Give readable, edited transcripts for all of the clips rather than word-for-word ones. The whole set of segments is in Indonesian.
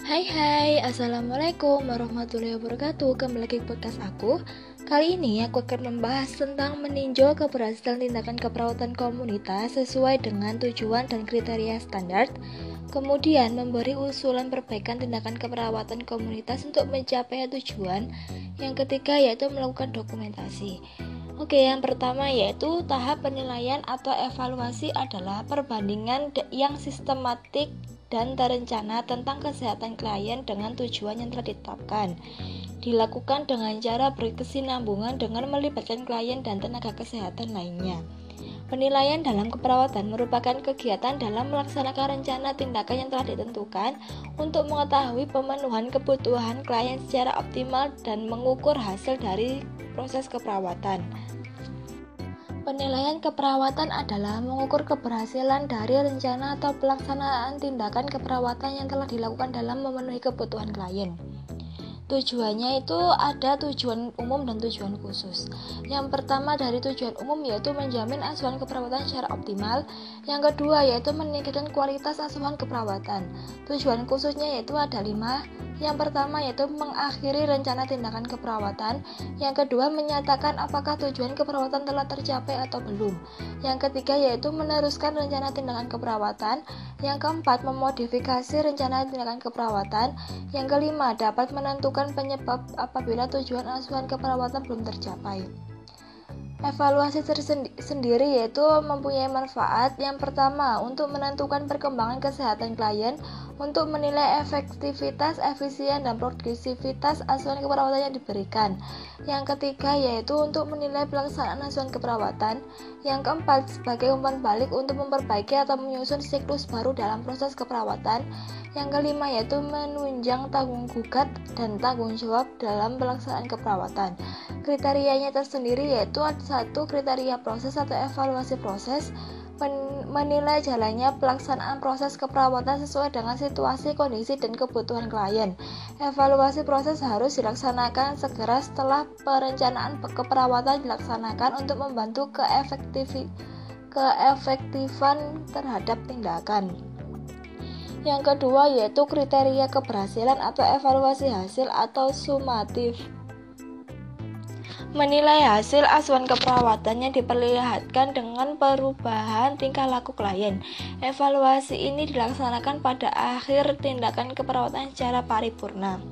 Hai, Assalamualaikum warahmatullahi wabarakatuh. Kembali lagi ke podcast aku. Kali ini aku akan membahas tentang meninjau keberhasilan tindakan keperawatan komunitas sesuai dengan tujuan dan kriteria standar. Kemudian memberi usulan perbaikan tindakan keperawatan komunitas untuk mencapai tujuan. Yang ketiga yaitu melakukan dokumentasi. Oke, yang pertama yaitu tahap penilaian atau evaluasi adalah perbandingan yang sistematik dan terencana tentang kesehatan klien dengan tujuan yang telah ditetapkan. Dilakukan dengan cara berkesinambungan dengan melibatkan klien dan tenaga kesehatan lainnya. Penilaian dalam keperawatan merupakan kegiatan dalam melaksanakan rencana tindakan yang telah ditentukan untuk mengetahui pemenuhan kebutuhan klien secara optimal dan mengukur hasil dari proses keperawatan. Penilaian keperawatan adalah mengukur keberhasilan dari rencana atau pelaksanaan tindakan keperawatan yang telah dilakukan dalam memenuhi kebutuhan klien. Tujuannya itu ada tujuan umum dan tujuan khusus. Yang pertama dari tujuan umum yaitu menjamin asuhan keperawatan secara optimal. Yang kedua yaitu meningkatkan kualitas asuhan keperawatan. Tujuan khususnya yaitu ada 5. Yang pertama yaitu mengakhiri rencana tindakan keperawatan. Yang kedua menyatakan apakah tujuan keperawatan telah tercapai atau belum. Yang ketiga yaitu meneruskan rencana tindakan keperawatan. Yang keempat memodifikasi rencana tindakan keperawatan. Yang kelima dapat menentukan penyebab apabila tujuan asuhan keperawatan belum tercapai. Evaluasi sendiri yaitu mempunyai manfaat. Yang pertama, untuk menentukan perkembangan kesehatan klien, untuk menilai efektivitas, efisien, dan produktivitas asuhan keperawatan yang diberikan. Yang ketiga yaitu untuk menilai pelaksanaan asuhan keperawatan. Yang keempat, sebagai umpan balik untuk memperbaiki atau menyusun siklus baru dalam proses keperawatan. Yang kelima yaitu menunjang tanggung gugat dan tanggung jawab dalam pelaksanaan keperawatan. Kriterianya tersendiri yaitu 1. Kriteria proses atau evaluasi proses, menilai jalannya pelaksanaan proses keperawatan sesuai dengan situasi, kondisi, dan kebutuhan klien. Evaluasi proses harus dilaksanakan segera setelah perencanaan keperawatan dilaksanakan untuk membantu keefektifan terhadap tindakan. Yang kedua yaitu kriteria keberhasilan atau evaluasi hasil atau sumatif. Menilai hasil asuhan keperawatan yang diperlihatkan dengan perubahan tingkah laku klien. Evaluasi ini dilaksanakan pada akhir tindakan keperawatan secara paripurna.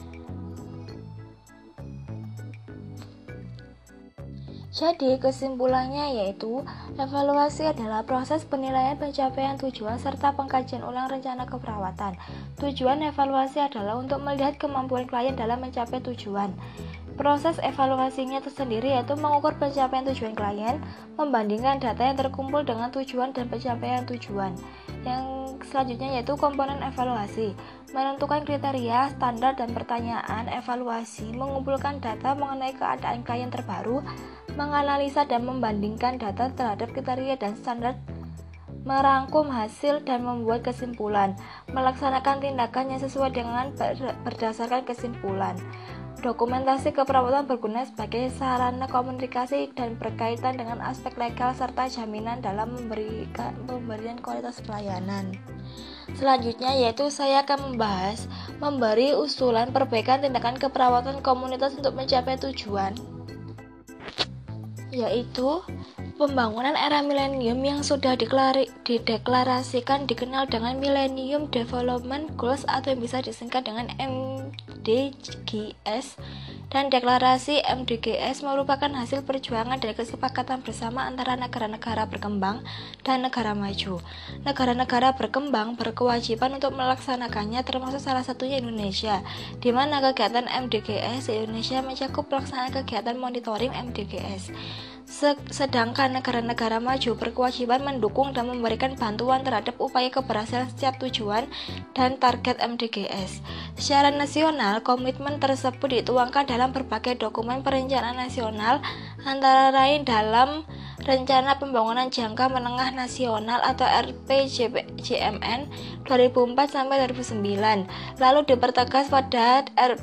Jadi kesimpulannya yaitu evaluasi adalah proses penilaian pencapaian tujuan serta pengkajian ulang rencana keperawatan. Tujuan evaluasi adalah untuk melihat kemampuan klien dalam mencapai tujuan. Proses evaluasinya tersendiri yaitu mengukur pencapaian tujuan klien, membandingkan data yang terkumpul dengan tujuan dan pencapaian tujuan. Yang selanjutnya yaitu komponen evaluasi, menentukan kriteria, standar, dan pertanyaan evaluasi, mengumpulkan data mengenai keadaan klien terbaru, menganalisa dan membandingkan data terhadap kriteria dan standar, merangkum hasil dan membuat kesimpulan, melaksanakan tindakan yang sesuai dengan berdasarkan kesimpulan. Dokumentasi keperawatan berguna sebagai sarana komunikasi dan berkaitan dengan aspek legal serta jaminan dalam pemberian kualitas pelayanan. Selanjutnya yaitu saya akan memberi usulan perbaikan tindakan keperawatan komunitas untuk mencapai tujuan, yaitu pembangunan era milenium yang sudah dideklarasikan dikenal dengan Millennium Development Goals atau yang bisa disingkat dengan MDGs, dan deklarasi MDGs merupakan hasil perjuangan dari kesepakatan bersama antara negara-negara berkembang dan negara maju. Negara-negara berkembang berkewajiban untuk melaksanakannya, termasuk salah satunya Indonesia, di mana kegiatan MDGs di Indonesia mencakup pelaksanaan kegiatan monitoring MDGs. Sedangkan negara-negara maju berkewajiban mendukung dan memberikan bantuan terhadap upaya keberhasilan setiap tujuan dan target MDGs. Secara nasional, komitmen tersebut dituangkan dalam berbagai dokumen perencanaan nasional, antara lain dalam Rencana Pembangunan Jangka Menengah Nasional atau RPJMN 2004-2009, lalu dipertegas pada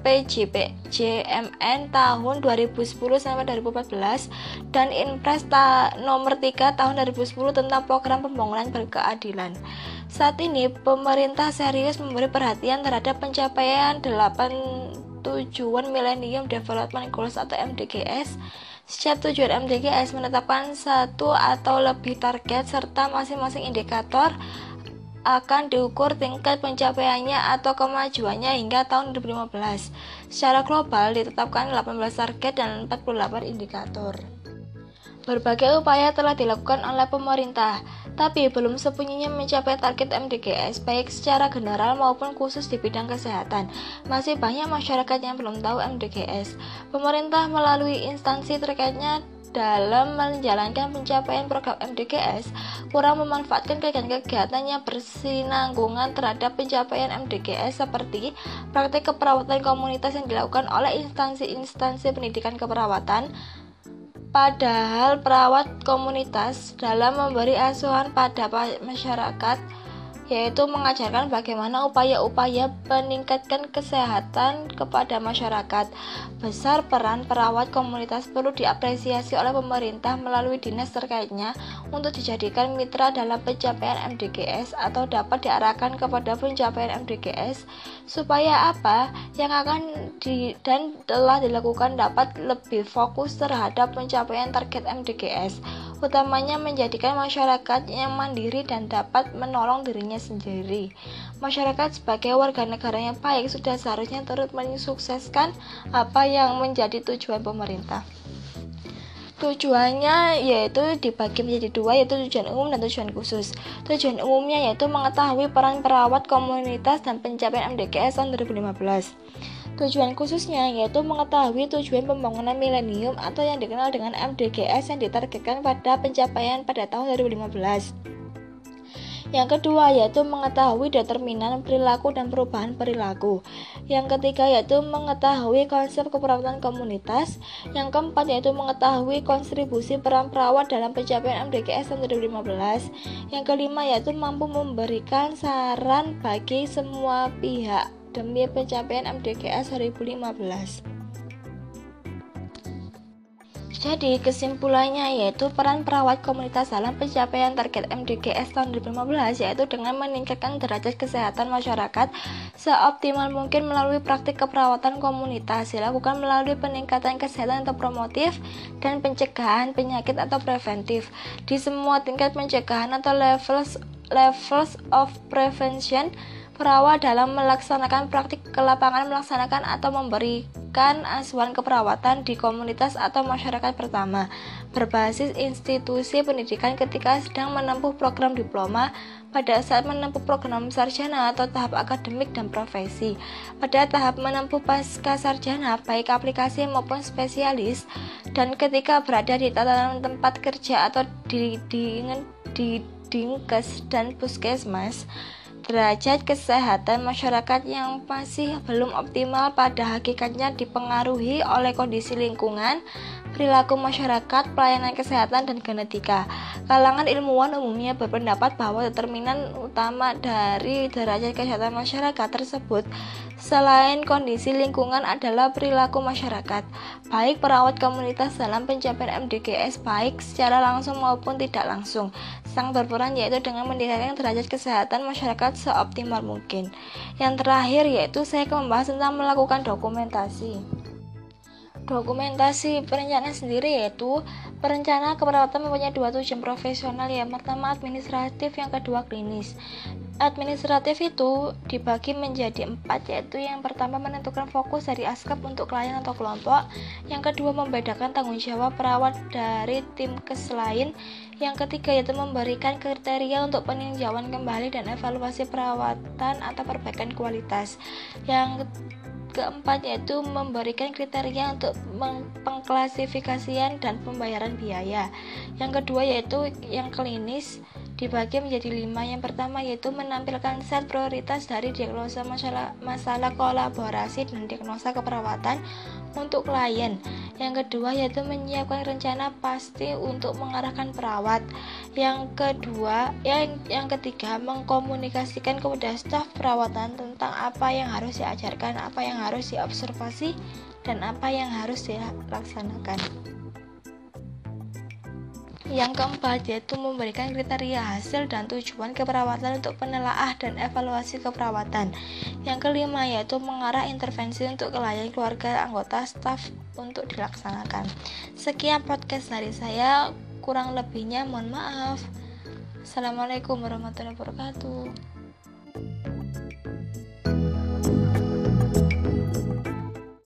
RPJMN tahun 2010-2014 dan Inpres nomor 3 tahun 2010 tentang program pembangunan berkeadilan. Saat ini pemerintah serius memberi perhatian terhadap pencapaian 8 tujuan Millennium Development Goals atau MDGs. Setiap tujuan MDGs menetapkan satu atau lebih target serta masing-masing indikator akan diukur tingkat pencapaiannya atau kemajuannya hingga tahun 2015. Secara global ditetapkan 18 target dan 48 indikator. Berbagai upaya telah dilakukan oleh pemerintah, tapi belum sepenuhnya mencapai target MDGs baik secara general maupun khusus di bidang kesehatan. Masih banyak masyarakat yang belum tahu MDGs. Pemerintah melalui instansi terkaitnya dalam menjalankan pencapaian program MDGs kurang memanfaatkan kegiatan-kegiatan yang bersinanggungan terhadap pencapaian MDGs seperti praktik keperawatan komunitas yang dilakukan oleh instansi-instansi pendidikan keperawatan. Padahal perawat komunitas dalam memberi asuhan pada masyarakat, yaitu mengajarkan bagaimana upaya-upaya meningkatkan kesehatan kepada masyarakat. Besar peran perawat komunitas perlu diapresiasi oleh pemerintah melalui dinas terkaitnya untuk dijadikan mitra dalam pencapaian MDGs atau dapat diarahkan kepada pencapaian MDGs supaya apa yang akan dan telah dilakukan dapat lebih fokus terhadap pencapaian target MDGs, utamanya menjadikan masyarakat yang mandiri dan dapat menolong dirinya sendiri. Masyarakat sebagai warga negara yang baik sudah seharusnya turut mensukseskan apa yang menjadi tujuan pemerintah. Tujuannya yaitu dibagi menjadi dua, yaitu tujuan umum dan tujuan khusus. Tujuan umumnya yaitu mengetahui peran perawat komunitas dan pencapaian MDGs tahun 2015. Tujuan khususnya yaitu mengetahui tujuan pembangunan milenium atau yang dikenal dengan MDGs yang ditargetkan pada pencapaian pada tahun 2015. Yang kedua yaitu mengetahui determinan perilaku dan perubahan perilaku. Yang ketiga yaitu mengetahui konsep keperawatan komunitas. Yang keempat yaitu mengetahui kontribusi peran perawat dalam pencapaian MDGs tahun 2015. Yang kelima yaitu mampu memberikan saran bagi semua pihak demi pencapaian MDGs 2015. Jadi kesimpulannya yaitu peran perawat komunitas dalam pencapaian target MDGs tahun 2015 yaitu dengan meningkatkan derajat kesehatan masyarakat seoptimal mungkin melalui praktik keperawatan komunitas, dilakukan melalui peningkatan kesehatan atau promotif dan pencegahan penyakit atau preventif di semua tingkat pencegahan atau levels of prevention. Perawat dalam melaksanakan praktik ke lapangan melaksanakan atau memberikan asuhan keperawatan di komunitas atau masyarakat pertama berbasis institusi pendidikan ketika sedang menempuh program diploma, pada saat menempuh program sarjana atau tahap akademik dan profesi, pada tahap menempuh pasca sarjana baik aplikasi maupun spesialis, dan ketika berada di tatanan tempat kerja atau di dinkes dan puskesmas. Derajat kesehatan masyarakat yang masih belum optimal pada hakikatnya dipengaruhi oleh kondisi lingkungan, perilaku masyarakat, pelayanan kesehatan, dan genetika. Kalangan ilmuwan umumnya berpendapat bahwa determinan utama dari derajat kesehatan masyarakat tersebut selain kondisi lingkungan adalah perilaku masyarakat, baik perawat komunitas dalam pencapaian MDGs baik secara langsung maupun tidak langsung sang berperan yaitu dengan meningkatkan derajat kesehatan masyarakat seoptimal mungkin. Yang terakhir yaitu saya akan membahas tentang melakukan dokumentasi. Dokumentasi perencanaan sendiri yaitu perencana keperawatan mempunyai dua tujuan profesional, yang pertama administratif, yang kedua klinis. Administratif itu dibagi menjadi 4, yaitu yang pertama menentukan fokus dari askep untuk klien atau kelompok, yang kedua membedakan tanggung jawab perawat dari tim kes lain, yang ketiga yaitu memberikan kriteria untuk peninjauan kembali dan evaluasi perawatan atau perbaikan kualitas, yang keempat yaitu memberikan kriteria untuk pengklasifikasian dan pembayaran biaya. Yang kedua yaitu yang klinis dibagi menjadi 5. Yang pertama yaitu menampilkan set prioritas dari diagnosa masalah kolaborasi dan diagnosa keperawatan untuk klien. Yang kedua yaitu menyiapkan rencana pasti untuk mengarahkan perawat. Yang ketiga mengkomunikasikan kepada staf perawatan tentang apa yang harus diajarkan, apa yang harus diobservasi, dan apa yang harus dilaksanakan. Yang keempat yaitu memberikan kriteria hasil dan tujuan keperawatan untuk penelaah dan evaluasi keperawatan. Yang kelima yaitu mengarah intervensi untuk klien, keluarga, anggota, staf untuk dilaksanakan. Sekian podcast dari saya, kurang lebihnya mohon maaf. Assalamualaikum warahmatullahi wabarakatuh.